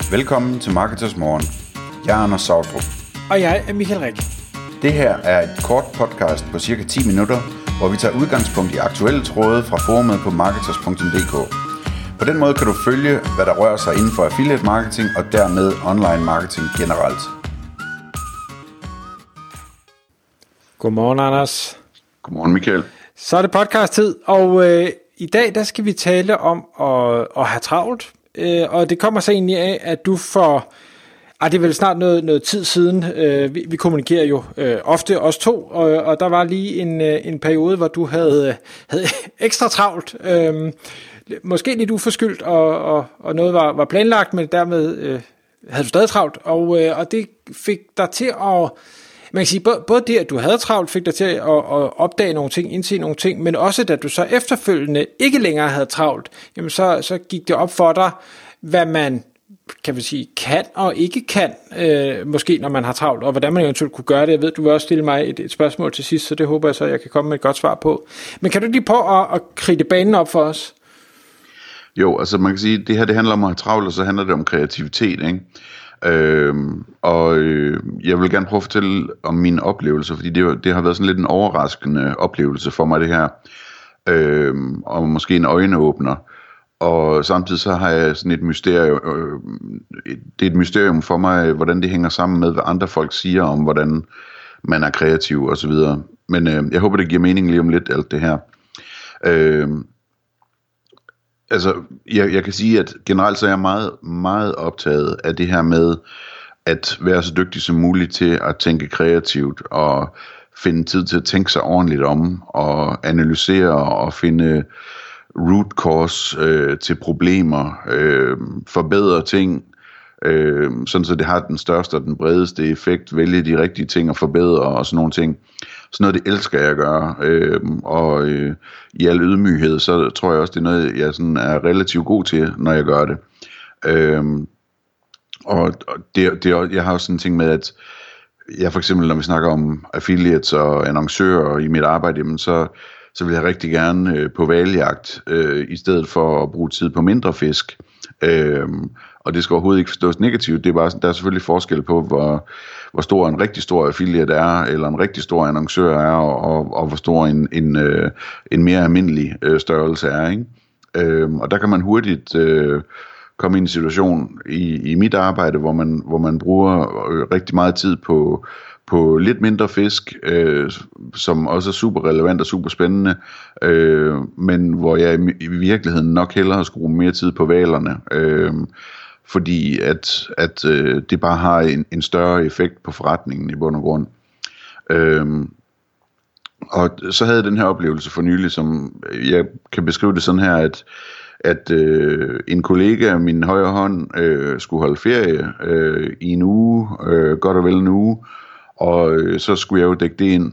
Velkommen til Marketers Morgen. Jeg er Anders Sautrup. Og jeg er Michael Rik. Det her er et kort podcast på cirka 10 minutter, hvor vi tager udgangspunkt i aktuelle tråde fra forumet på marketers.dk. På den måde kan du følge, hvad der rører sig inden for affiliate marketing og dermed online marketing generelt. Godmorgen, Anders. Godmorgen, Michael. Så er det podcast-tid, og i dag der skal vi tale om at have travlt. Og det kommer så egentlig af, at du får... det er vel snart noget tid siden. Vi kommunikerer jo ofte os to, og der var lige en periode, hvor du havde ekstra travlt. Måske lidt uforskyldt, og noget var planlagt, men dermed havde du stadig travlt. Og det fik dig til at... Man kan sige, både det, at du havde travlt, fik dig til at opdage nogle ting, indse nogle ting, men også, da du så efterfølgende ikke længere havde travlt, jamen så gik det op for dig, hvad man, kan vi sige, kan og ikke kan, måske når man har travlt, og hvordan man eventuelt kunne gøre det. Jeg ved, du vil også stille mig et spørgsmål til sidst, så det håber jeg så, jeg kan komme med et godt svar på. Men kan du lige prøve at kridte banen op for os? Jo, altså man kan sige, det her det handler om at have travlt, og så handler det om kreativitet, ikke? Jeg vil gerne prøve at fortælle om mine oplevelser, fordi det har været sådan lidt en overraskende oplevelse for mig det her, og måske en øjenåbner, og samtidig så har jeg sådan et mysterium, det er et mysterium for mig, hvordan det hænger sammen med, hvad andre folk siger om, hvordan man er kreativ og så videre, men jeg håber det giver mening lige om lidt alt det her. Altså, jeg kan sige, at generelt så er jeg meget, meget optaget af det her med at være så dygtig som muligt til at tænke kreativt og finde tid til at tænke sig ordentligt om og analysere og finde root cause til problemer, forbedre ting, sådan så det har den største og den bredeste effekt, vælge de rigtige ting og forbedre og sådan nogle ting. Sådan noget, det elsker jeg at gøre, i al ydmyghed, så tror jeg også, det er noget, jeg sådan er relativt god til, når jeg gør det. Jeg har også sådan en ting med, at jeg for eksempel, når vi snakker om affiliates og annoncører i mit arbejde, jamen så vil jeg rigtig gerne på hvaljagt, i stedet for at bruge tid på mindre fisk. Og det skal overhovedet ikke forstås negativt. Det er bare, der er selvfølgelig forskel på, hvor stor en rigtig stor affiliate er, eller en rigtig stor annoncør er, og hvor stor en mere almindelig størrelse er, ikke? Og der kan man hurtigt komme i en situation i mit arbejde, hvor man bruger rigtig meget tid på lidt mindre fisk, som også er super relevant og super spændende, men hvor jeg i virkeligheden nok hellere skulle bruge mere tid på hvalerne, fordi at det bare har en større effekt på forretningen i bund og grund. Og så havde jeg den her oplevelse for nylig, som jeg kan beskrive det sådan her, at en kollega af min højre hånd skulle holde ferie i en uge, godt og vel en uge, og så skulle jeg jo dække det ind,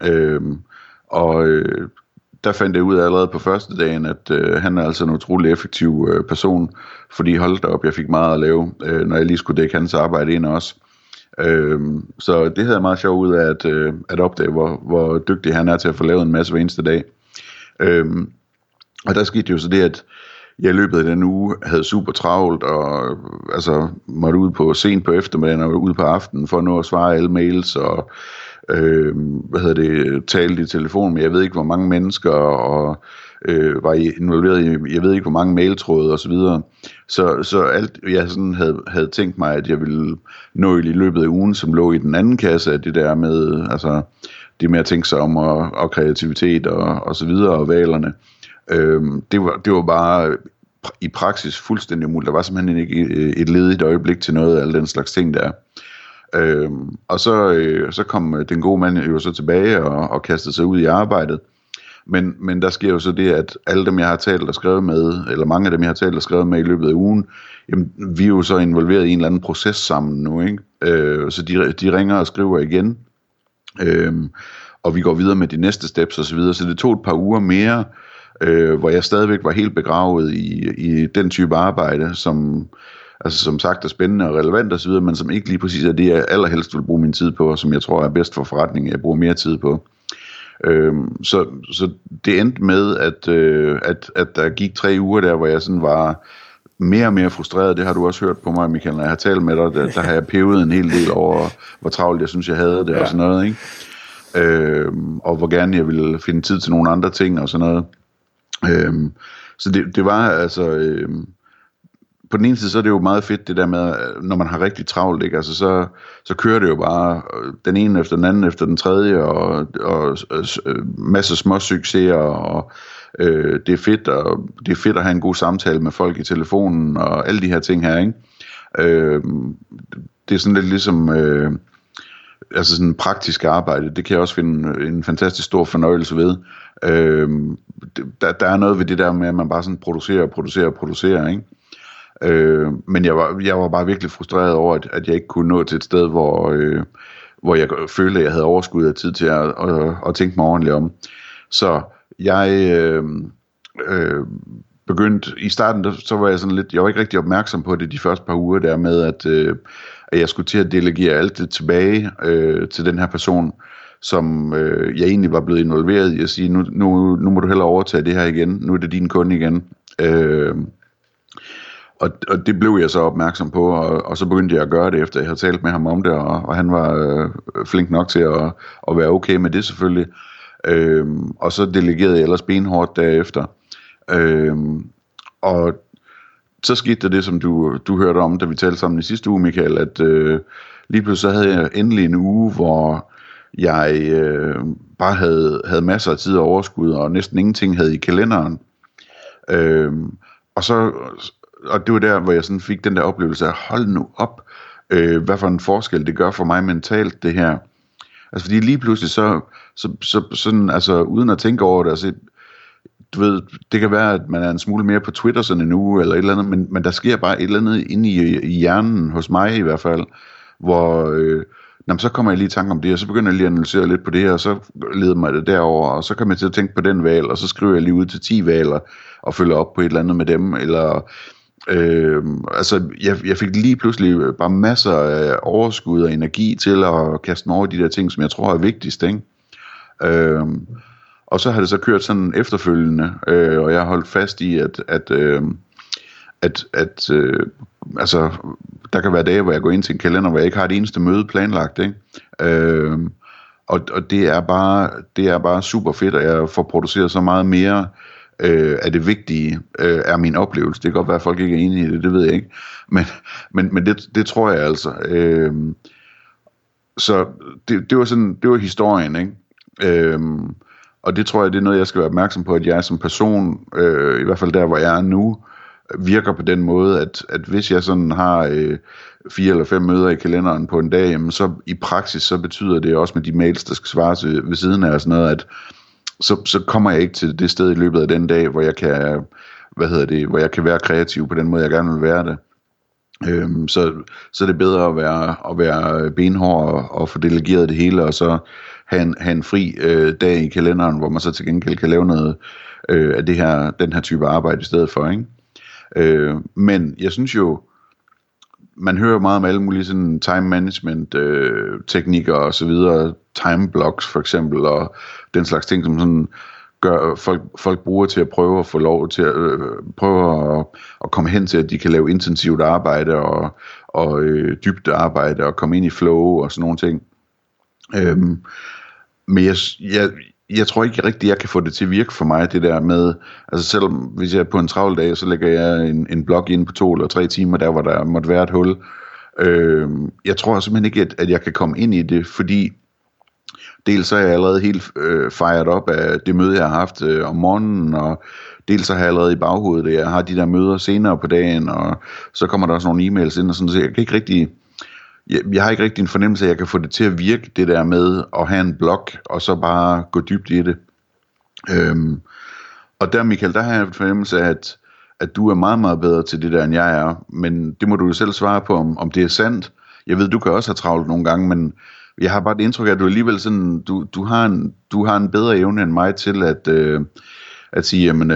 der fandt jeg ud af allerede på første dagen, at han er altså en utrolig effektiv person, fordi hold da op, jeg fik meget at lave, når jeg lige skulle dække hans arbejde ind også. Så det havde jeg meget sjovt ud af at opdage, hvor dygtig han er til at få lavet en masse hver eneste dag. Og der skete jo så det, at jeg i løbet af den uge havde super travlt, og altså måtte ud på sent på eftermiddagen og ude på aftenen for at nå at svare alle mails og tale i telefon med jeg ved ikke hvor mange mennesker, og var involveret i jeg ved ikke hvor mange mailtråde og så videre. Så alt jeg sådan havde tænkt mig, at jeg ville nå i løbet af ugen, som lå i den anden kasse af det der med, altså det med at tænke sig om og kreativitet og så videre, og hvalerne. Det var bare i praksis fuldstændig umuligt. Der var simpelthen ikke et ledigt øjeblik til noget af alle den slags ting der. Og så kom den gode mand jo så tilbage og kastede sig ud i arbejdet. Men der sker jo så det, at alle dem jeg har talt og skrevet med, eller mange af dem jeg har talt og skrevet med i løbet af ugen, jamen, vi er jo så involveret i en eller anden proces sammen nu, ikke? Så de ringer og skriver igen, og vi går videre med de næste steps og så videre. Så det tog et par uger mere, hvor jeg stadigvæk var helt begravet i den type arbejde, som sagt er spændende og relevant og så videre, men som ikke lige præcis er det, jeg allerhelst vil bruge min tid på, og som jeg tror er bedst for forretningen, jeg bruger mere tid på. Så det endte med, at der gik 3 uger der, hvor jeg sådan var mere og mere frustreret. Det har du også hørt på mig, Michael, når jeg har talt med dig. Der har jeg pevet en hel del over, hvor travlt jeg synes, jeg havde det og sådan noget, ikke? Og hvor gerne jeg ville finde tid til nogle andre ting og sådan noget. Så det var altså... på den ene side, så er det jo meget fedt det der med, når man har rigtig travlt, ikke? Altså så kører det jo bare den ene efter den anden efter den tredje, og masser af små succeser, og det er fedt at have en god samtale med folk i telefonen, og alle de her ting her, ikke? Det er sådan lidt ligesom... altså sådan praktisk arbejde, det kan jeg også finde en fantastisk stor fornøjelse ved. Der er noget ved det der med, at man bare sådan producerer, ikke? Men jeg var bare virkelig frustreret over, at jeg ikke kunne nå til et sted, hvor jeg følte, at jeg havde overskud af tid til at tænke mig ordentligt om. Så jeg begyndte, i starten, så var jeg sådan lidt, jeg var ikke rigtig opmærksom på det de første par uger der med, at jeg skulle til at delegere alt det tilbage til den her person, som jeg egentlig var blevet involveret i at sige, nu må du hellere overtage det her igen, nu er det din kunde igen. Og det blev jeg så opmærksom på, og så begyndte jeg at gøre det, efter jeg havde talt med ham om det, og han var flink nok til at være okay med det selvfølgelig. Og så delegerede jeg ellers benhårdt derefter. Og så skete der det, som du hørte om, da vi talte sammen i sidste uge, Michael, at lige pludselig så havde jeg endelig en uge, hvor jeg bare havde masser af tid og overskud, og næsten ingenting havde i kalenderen. Og det var der, hvor jeg sådan fik den der oplevelse af, hold nu op, hvad for en forskel det gør for mig mentalt, det her. Altså fordi lige pludselig så sådan, altså uden at tænke over det, altså, du ved, det kan være, at man er en smule mere på Twitter sådan en uge, eller et eller andet, men der sker bare et eller andet inde i hjernen, hos mig i hvert fald, hvor så kommer jeg lige i tanke om det, og så begynder jeg lige at analysere lidt på det, og så leder mig det derover, og så kommer jeg til at tænke på den valg, og så skriver jeg lige ud til 10 valger, og følger op på et eller andet med dem, eller altså jeg fik lige pludselig bare masser af overskud og energi til at kaste mig over de der ting, som jeg tror er vigtigst, ikke? Og så har det så kørt sådan efterfølgende, og jeg har holdt fast i, at altså, der kan være dage, hvor jeg går ind til en kalender, hvor jeg ikke har det eneste møde planlagt, ikke? Og det er bare super fedt, at jeg får produceret så meget mere af det vigtige, er min oplevelse. Det kan godt være, at folk ikke er enige i det, det ved jeg ikke. Men det tror jeg altså. Så det var historien, ikke? Og det tror jeg, det er noget, jeg skal være opmærksom på, at jeg som person, i hvert fald der, hvor jeg er nu, virker på den måde, at hvis jeg sådan har 4 eller 5 møder i kalenderen på en dag, jamen så i praksis, så betyder det også med de mails, der skal svares ved siden af og sådan noget, at så kommer jeg ikke til det sted i løbet af den dag, hvor jeg kan, hvor jeg kan være kreativ på den måde, jeg gerne vil være det. Så er det bedre at være benhård og få delegeret det hele, og så have en fri dag i kalenderen, hvor man så til gengæld kan lave noget af den her type arbejde i stedet for, ikke? Men jeg synes jo, man hører meget om alle mulige sådan time management teknikker og så videre, time blocks for eksempel, og den slags ting, som sådan gør folk bruger til at prøve at få lov til at prøve at komme hen til, at de kan lave intensivt arbejde og dybt arbejde og komme ind i flow og sådan nogle ting. Men jeg tror ikke rigtigt, jeg kan få det til at virke for mig, det der med, altså selvom hvis jeg er på en travl dag, så lægger jeg en blog ind på 2 eller 3 timer, der hvor der måtte være et hul. Jeg tror simpelthen ikke, at jeg kan komme ind i det, fordi dels så er jeg allerede helt fejret op af det møde, jeg har haft om morgenen, og dels så har jeg allerede i baghovedet, at jeg har de der møder senere på dagen, og så kommer der også nogle e-mails ind, og sådan, så jeg kan ikke rigtig... Jeg har ikke rigtig en fornemmelse af, at jeg kan få det til at virke, det der med at have en blog, og så bare gå dybt i det. Og der, Michael, der har jeg en fornemmelse af, at du er meget, meget bedre til det der, end jeg er. Men det må du jo selv svare på, om det er sandt. Jeg ved, du kan også have travlt nogle gange, men jeg har bare et indtryk af, at du alligevel sådan, du har en bedre evne end mig til at sige, jamen,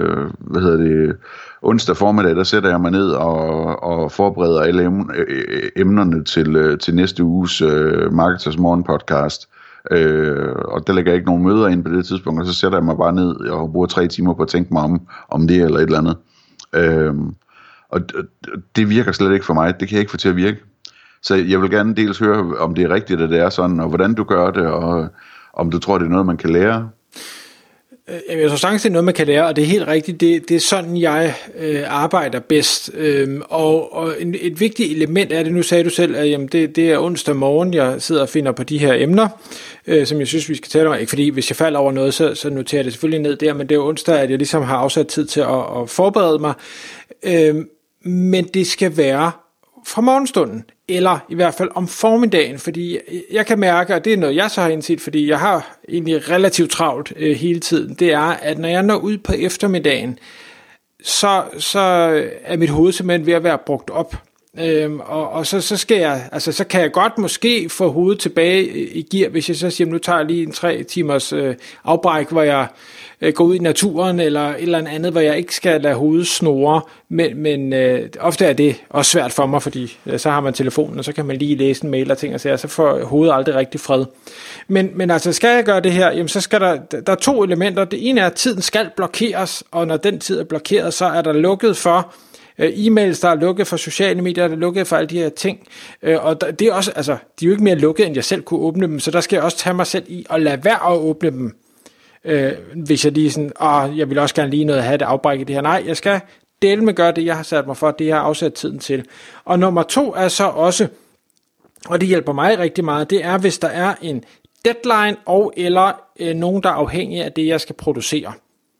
onsdag formiddag, der sætter jeg mig ned og forbereder alle emnerne til næste uges Marketers Morgen podcast. Og der lægger jeg ikke nogen møder ind på det tidspunkt, og så sætter jeg mig bare ned og bruger 3 timer på at tænke mig om det eller et eller andet. Og det virker slet ikke for mig. Det kan jeg ikke få til at virke. Så jeg vil gerne dels høre, om det er rigtigt, at det er sådan, og hvordan du gør det, og om du tror, det er noget, man kan lære. Jeg tror sagtens, det er noget, man kan lære, og det er helt rigtigt. Det er sådan, jeg arbejder bedst. Og et vigtigt element er det, nu sagde du selv, at jamen, det er onsdag morgen, jeg sidder og finder på de her emner, som jeg synes, vi skal tale om. Ikke fordi, hvis jeg falder over noget, så noterer jeg det selvfølgelig ned der, men det er onsdag, at jeg ligesom har afsat tid til at forberede mig. Men det skal være fra morgenstunden, eller i hvert fald om formiddagen, fordi jeg kan mærke, og det er noget, jeg så har indset, fordi jeg har egentlig relativt travlt hele tiden, det er, at når jeg når ud på eftermiddagen, så er mit hoved simpelthen ved at være brugt op. Og så skal jeg, altså så kan jeg godt måske få hovedet tilbage i gear, hvis jeg så siger, nu tager jeg lige en 3 timers afbræk, hvor jeg går ud i naturen, eller et eller andet, hvor jeg ikke skal lade hovedet snurre, men ofte er det også svært for mig, fordi så har man telefonen, og så kan man lige læse en mail og ting, og så får hovedet aldrig rigtig fred. Men altså, skal jeg gøre det her, jamen så skal der er 2 elementer. Det ene er, at tiden skal blokeres, og når den tid er blokeret, så er der lukket for e-mails, der er lukket for sociale medier, der er lukket for alle de her ting, og det er også, altså, de er jo ikke mere lukket, end jeg selv kunne åbne dem, så der skal jeg også tage mig selv i at lade være at åbne dem, hvis jeg lige sådan, jeg vil også gerne lige noget at have det afbrækket det her. Nej, jeg skal dele med gøre det, jeg har sat mig for, det jeg har afsat tiden til. Og nummer 2 er så også, og det hjælper mig rigtig meget, det er, hvis der er en deadline, og eller nogen, der er afhængig af det, jeg skal producere.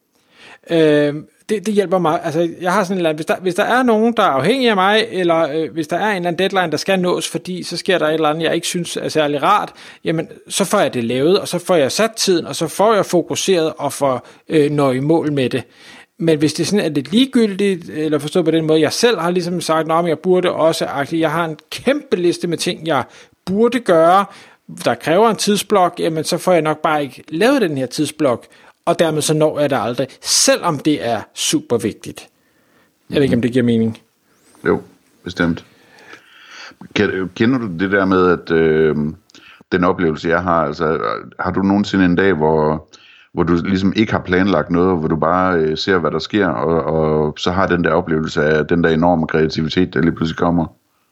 Det hjælper mig. Altså, jeg har sådan en hvis der er nogen, der er afhængig af mig, eller hvis der er en eller anden deadline, der skal nås, fordi så sker der et eller andet, jeg ikke synes er særlig rart, jamen, så får jeg det lavet, og så får jeg sat tiden, og så får jeg fokuseret og får nå i mål med det. Men hvis det er sådan, at det er ligegyldigt, eller forstået på den måde, jeg selv har ligesom sagt, men jeg burde også, jeg har en kæmpe liste med ting, jeg burde gøre, der kræver en tidsblok, jamen så får jeg nok bare ikke lavet den her tidsblok, og dermed så når jeg det aldrig, selvom det er super vigtigt. Jeg ved ikke, om det giver mening. Jo, bestemt. Kender du det der med, at den oplevelse, jeg har, altså har du nogensinde en dag, hvor du ligesom ikke har planlagt noget, hvor du bare ser, hvad der sker, og så har den der oplevelse af den der enorme kreativitet, der lige pludselig kommer?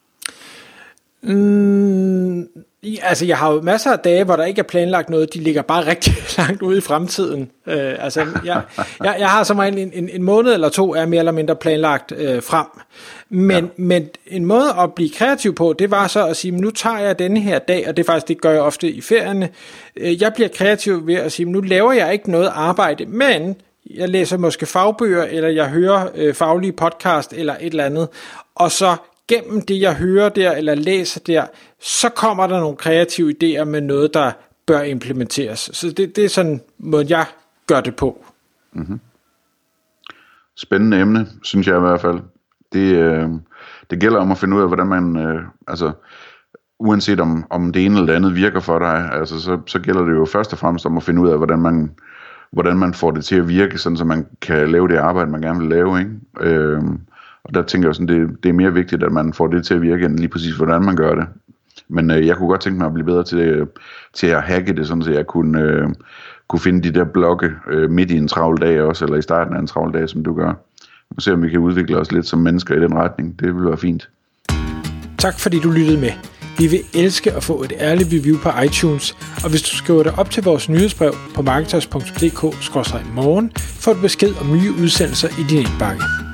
Altså, jeg har jo masser af dage, hvor der ikke er planlagt noget, de ligger bare rigtig langt ude i fremtiden. Jeg har som en måned eller 2 er mere eller mindre planlagt frem. Men en måde at blive kreativ på, det var så at sige, nu tager jeg denne her dag, og det faktisk det gør jeg ofte i ferierne. Jeg bliver kreativ ved at sige, nu laver jeg ikke noget arbejde, men jeg læser måske fagbøger, eller jeg hører faglige podcast, eller et eller andet, og så gennem det, jeg hører der, eller læser der, så kommer der nogle kreative idéer med noget, der bør implementeres. Så det er sådan måde, jeg gør det på. Mm-hmm. Spændende emne, synes jeg i hvert fald. Det gælder om at finde ud af, hvordan man, altså uanset om det ene eller det andet virker for dig, altså så gælder det jo først og fremmest om at finde ud af, hvordan man får det til at virke, sådan så man kan lave det arbejde, man gerne vil lave, ikke? Og der tænker jeg sådan, det er mere vigtigt, at man får det til at virke, end lige præcis, hvordan man gør det. Men jeg kunne godt tænke mig at blive bedre til at hacke det, sådan så jeg kunne finde de der blokke midt i en travl dag også, eller i starten af en travl dag, som du gør. Og se, om vi kan udvikle os lidt som mennesker i den retning. Det vil være fint. Tak fordi du lyttede med. Vi vil elske at få et ærligt review på iTunes, og hvis du skriver dig op til vores nyhedsbrev på marketers.dk/morgen, får du besked om nye udsendelser i din indbakke.